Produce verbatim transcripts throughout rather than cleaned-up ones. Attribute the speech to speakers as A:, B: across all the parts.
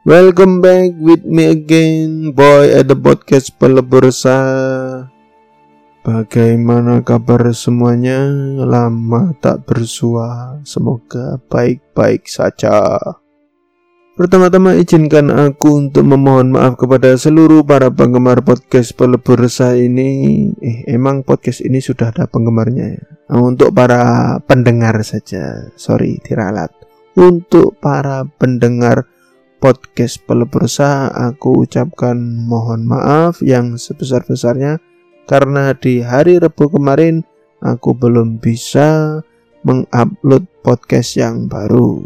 A: Welcome back with me again, boy at the podcast Pelebur Resah. Bagaimana kabar semuanya? Lama tak bersua, semoga baik-baik saja. Pertama-tama izinkan aku untuk memohon maaf kepada seluruh para penggemar podcast Pelebur Resah ini. Eh, emang podcast ini sudah ada penggemarnya ya? Nah, untuk para pendengar saja, sorry diralat. Untuk para pendengar podcast Pelebur Resah, aku ucapkan mohon maaf yang sebesar-besarnya karena di hari Rabu kemarin aku belum bisa mengupload podcast yang baru.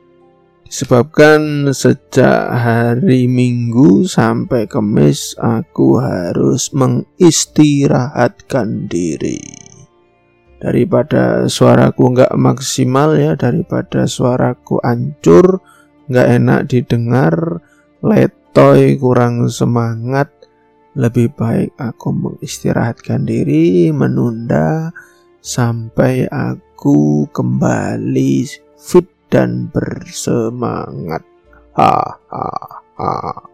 A: Disebabkan sejak hari Minggu sampai Kamis aku harus mengistirahatkan diri. Daripada suaraku gak maksimal ya, daripada suaraku hancur, gak enak didengar, letoy, kurang semangat, lebih baik aku mengistirahatkan diri, menunda sampai aku kembali fit dan bersemangat. Ha ha ha.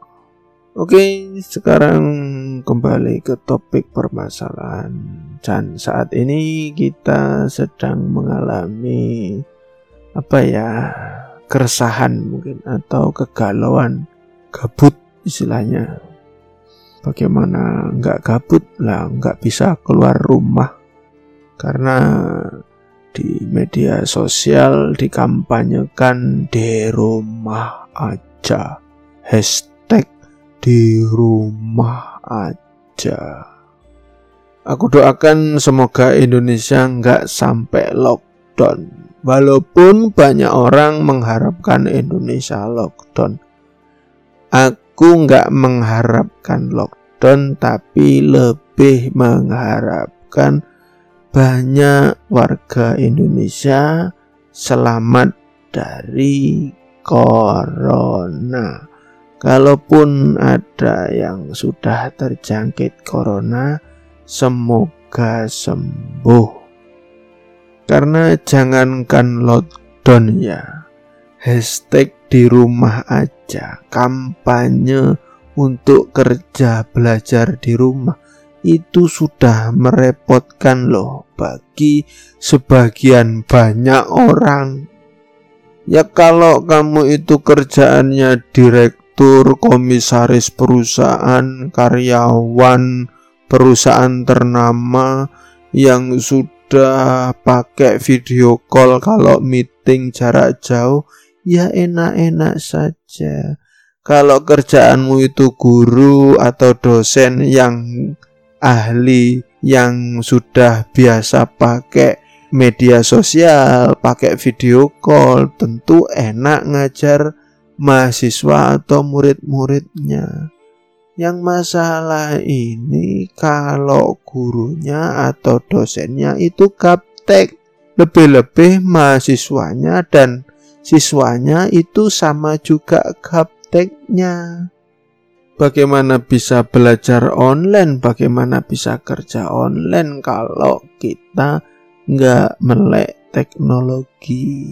A: Oke, sekarang kembali ke topik permasalahan. Dan saat ini kita sedang mengalami apa ya? keresahan mungkin atau kegalauan, gabut istilahnya. Bagaimana nggak gabut lah, nggak bisa keluar rumah karena di media sosial dikampanyekan di rumah aja, hashtag di rumah aja. Aku doakan semoga Indonesia nggak sampai lockdown. Walaupun banyak orang mengharapkan Indonesia lockdown, aku nggak mengharapkan lockdown, tapi lebih mengharapkan banyak warga Indonesia selamat dari corona. Kalaupun ada yang sudah terjangkit corona, semoga sembuh. Karena jangankan lockdown ya, hashtag di rumah aja, kampanye untuk kerja belajar di rumah, itu sudah merepotkan loh bagi sebagian banyak orang. Ya kalau kamu itu kerjaannya direktur, komisaris perusahaan, karyawan perusahaan ternama yang sudah Udah pakai video call kalau meeting jarak jauh, ya enak-enak saja. Kalau kerjaanmu itu guru atau dosen yang ahli, yang sudah biasa pakai media sosial, pakai video call, tentu enak ngajar mahasiswa atau murid-muridnya. Yang masalah ini kalau gurunya atau dosennya itu gaptek, lebih-lebih mahasiswanya dan siswanya itu sama juga gapteknya. Bagaimana bisa belajar online, bagaimana bisa kerja online kalau kita nggak melek teknologi.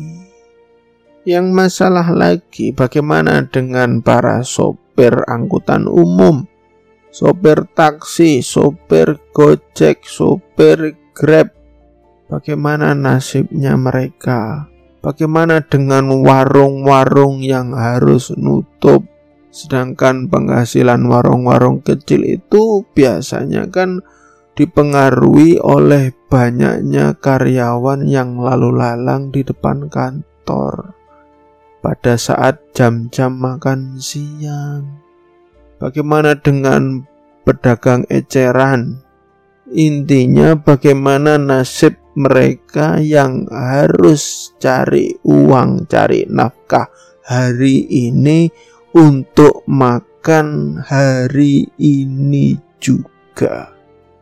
A: Yang masalah lagi, bagaimana dengan para sopir angkutan umum, sopir taksi, sopir Gojek, sopir Grab? Bagaimana nasibnya mereka? Bagaimana dengan warung-warung yang harus nutup? Sedangkan penghasilan warung-warung kecil itu biasanya kan dipengaruhi oleh banyaknya karyawan yang lalu lalang di depan kantor pada saat jam-jam makan siang. Bagaimana dengan pedagang eceran? Intinya bagaimana nasib mereka yang harus cari uang, cari nafkah hari ini untuk makan hari ini juga.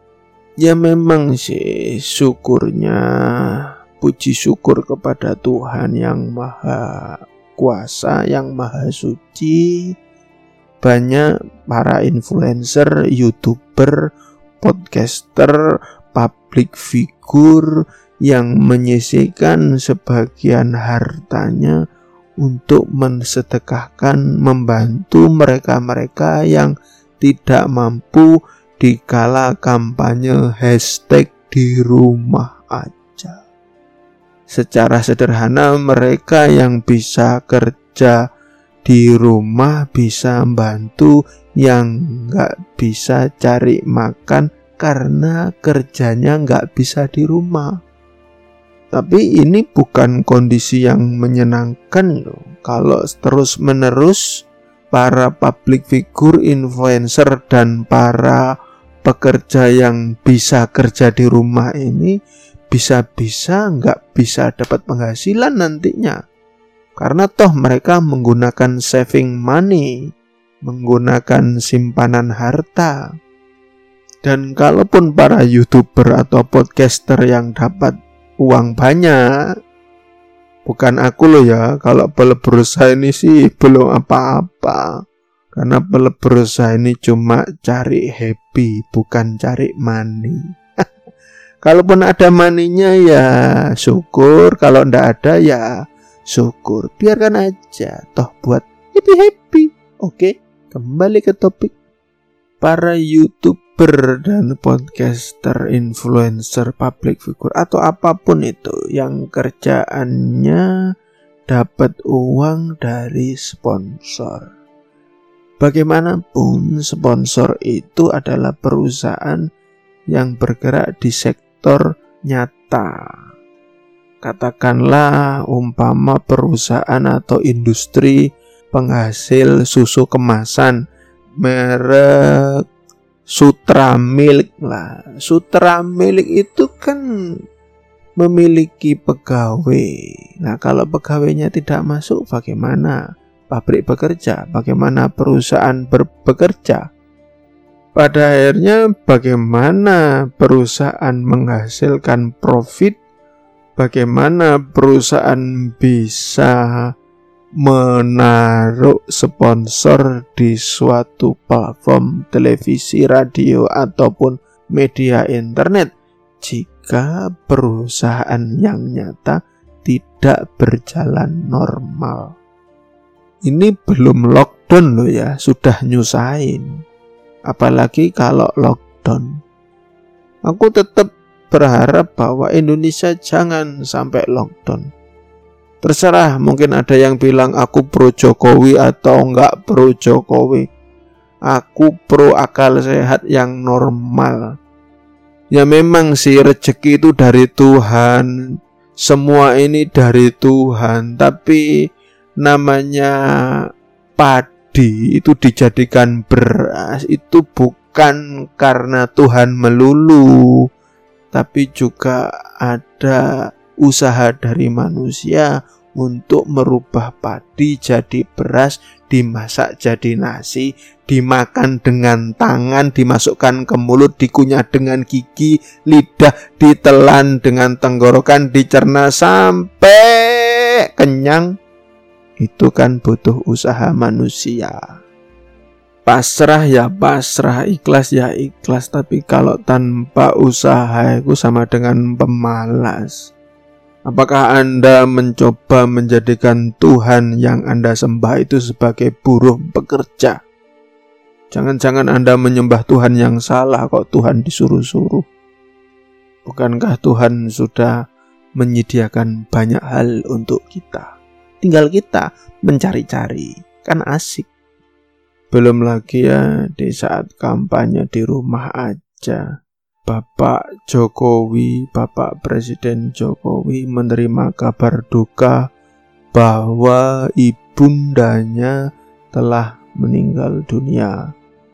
A: Ya memang sih syukurnya, puji syukur kepada Tuhan yang Maha Kuasa, yang Maha Suci, banyak para influencer, YouTuber, podcaster, public figure yang menyisihkan sebagian hartanya untuk mensedekahkan, membantu mereka-mereka yang tidak mampu di kala kampanye hashtag di rumah aja. Secara sederhana, mereka yang bisa kerja di rumah bisa membantu yang nggak bisa cari makan karena kerjanya nggak bisa di rumah. Tapi ini bukan kondisi yang menyenangkan loh. Kalau terus-menerus para public figure, influencer, dan para pekerja yang bisa kerja di rumah ini bisa-bisa nggak bisa dapat penghasilan nantinya. Karena toh mereka menggunakan saving money, menggunakan simpanan harta. Dan kalaupun para YouTuber atau podcaster yang dapat uang banyak, bukan aku loh ya, kalau berusaha ini sih belum apa-apa. Karena berusaha ini cuma cari happy, bukan cari money. Kalaupun ada money-nya ya syukur, kalau ndak ada ya syukur. Biarkan aja, toh buat happy-happy. Oke, kembali ke topik. Para YouTuber dan podcaster, influencer, public figure atau apapun itu yang kerjaannya dapat uang dari sponsor. Bagaimanapun sponsor itu adalah perusahaan yang bergerak di sektor nyata. Katakanlah umpama perusahaan atau industri penghasil susu kemasan merek Sutra Milk lah. Sutra Milk itu kan memiliki pegawai. Nah, kalau pegawainya tidak masuk, bagaimana pabrik bekerja? Bagaimana perusahaan ber- bekerja? Pada akhirnya bagaimana perusahaan menghasilkan profit? Bagaimana perusahaan bisa menaruh sponsor di suatu platform televisi, radio, ataupun media internet jika perusahaan yang nyata tidak berjalan normal? Ini belum lockdown loh ya, sudah nyusahin. Apalagi kalau lockdown. Aku tetap berharap bahwa Indonesia jangan sampai lockdown. Terserah, mungkin ada yang bilang aku pro Jokowi atau enggak pro Jokowi. Aku pro akal sehat yang normal. Ya memang sih rezeki itu dari Tuhan, semua ini dari Tuhan. Tapi namanya padi itu dijadikan beras itu bukan karena Tuhan melulu, tapi juga ada usaha dari manusia untuk merubah padi jadi beras, dimasak jadi nasi, dimakan dengan tangan, dimasukkan ke mulut, dikunyah dengan gigi, lidah, ditelan dengan tenggorokan, dicerna sampai kenyang. Itu kan butuh usaha manusia. Pasrah ya pasrah, ikhlas ya ikhlas. Tapi kalau tanpa usaha itu sama dengan pemalas. Apakah Anda mencoba menjadikan Tuhan yang Anda sembah itu sebagai buruh pekerja? Jangan-jangan Anda menyembah Tuhan yang salah kok Tuhan disuruh-suruh. Bukankah Tuhan sudah menyediakan banyak hal untuk kita? Tinggal kita mencari-cari, kan asik. Belum lagi ya di saat kampanye di rumah aja, Bapak Jokowi, Bapak Presiden Jokowi menerima kabar duka bahwa ibundanya telah meninggal dunia.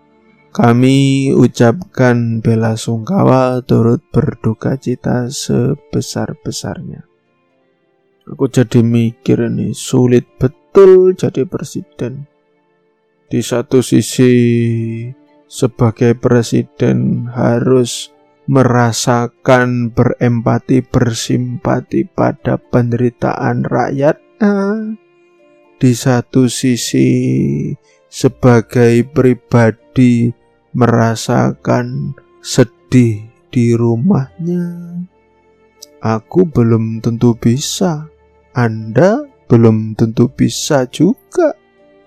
A: Kami ucapkan bela sungkawa turut berduka cita sebesar-besarnya. Aku jadi mikir nih, sulit betul jadi presiden. Di satu sisi sebagai presiden harus merasakan, berempati, bersimpati pada penderitaan rakyat. Di satu sisi sebagai pribadi merasakan sedih di rumahnya. Aku belum tentu bisa. Anda belum tentu bisa juga.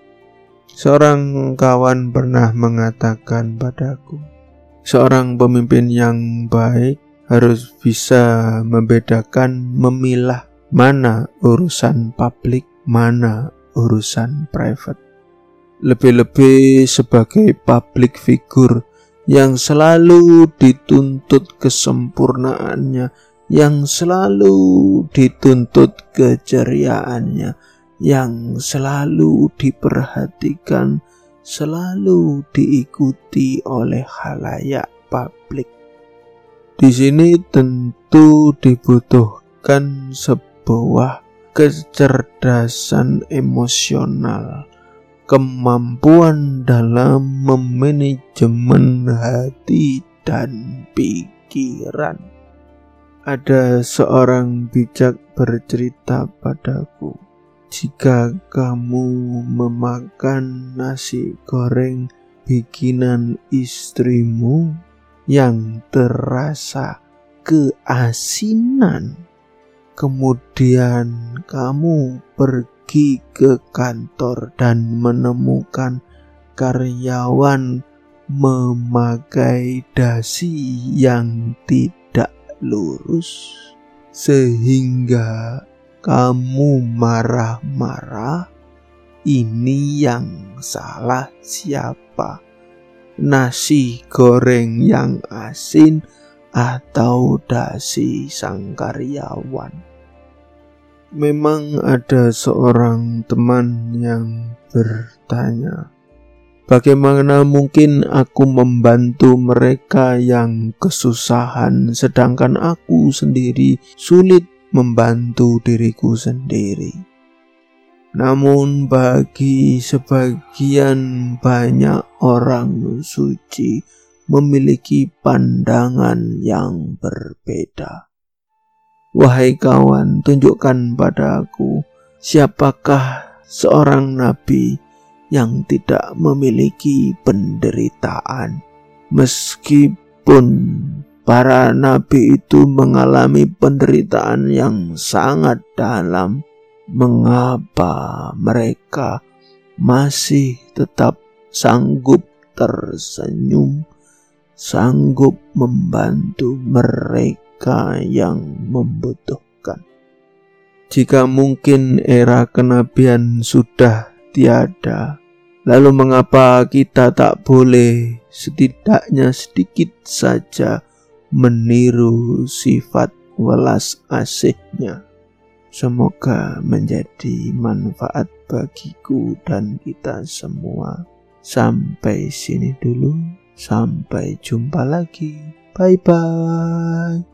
A: Seorang kawan pernah mengatakan padaku, seorang pemimpin yang baik harus bisa membedakan, memilah mana urusan publik, mana urusan private. Lebih-lebih sebagai public figure yang selalu dituntut kesempurnaannya, yang selalu dituntut keceriaannya, yang selalu diperhatikan, selalu diikuti oleh khalayak publik. Di sini tentu dibutuhkan sebuah kecerdasan emosional, kemampuan dalam memanajemen hati dan pikiran. Ada seorang bijak bercerita padaku, jika kamu memakan nasi goreng bikinan istrimu yang terasa keasinan, kemudian kamu pergi ke kantor dan menemukan karyawan memakai dasi yang tidak lurus, sehingga kamu marah-marah, ini yang salah siapa? Nasi goreng yang asin atau dasi sang karyawan? Memang ada seorang teman yang bertanya, bagaimana mungkin aku membantu mereka yang kesusahan sedangkan aku sendiri sulit membantu diriku sendiri? Namun bagi sebagian banyak orang suci memiliki pandangan yang berbeda. Wahai kawan, tunjukkan padaku siapakah seorang nabi yang tidak memiliki penderitaan, meskipun para nabi itu mengalami penderitaan yang sangat dalam. Mengapa mereka masih tetap sanggup tersenyum, sanggup membantu mereka yang membutuhkan? Jika mungkin era kenabian sudah tiada, lalu mengapa kita tak boleh setidaknya sedikit saja meniru sifat welas asihnya? Semoga menjadi manfaat bagiku dan kita semua. Sampai sini dulu, sampai jumpa lagi. Bye bye.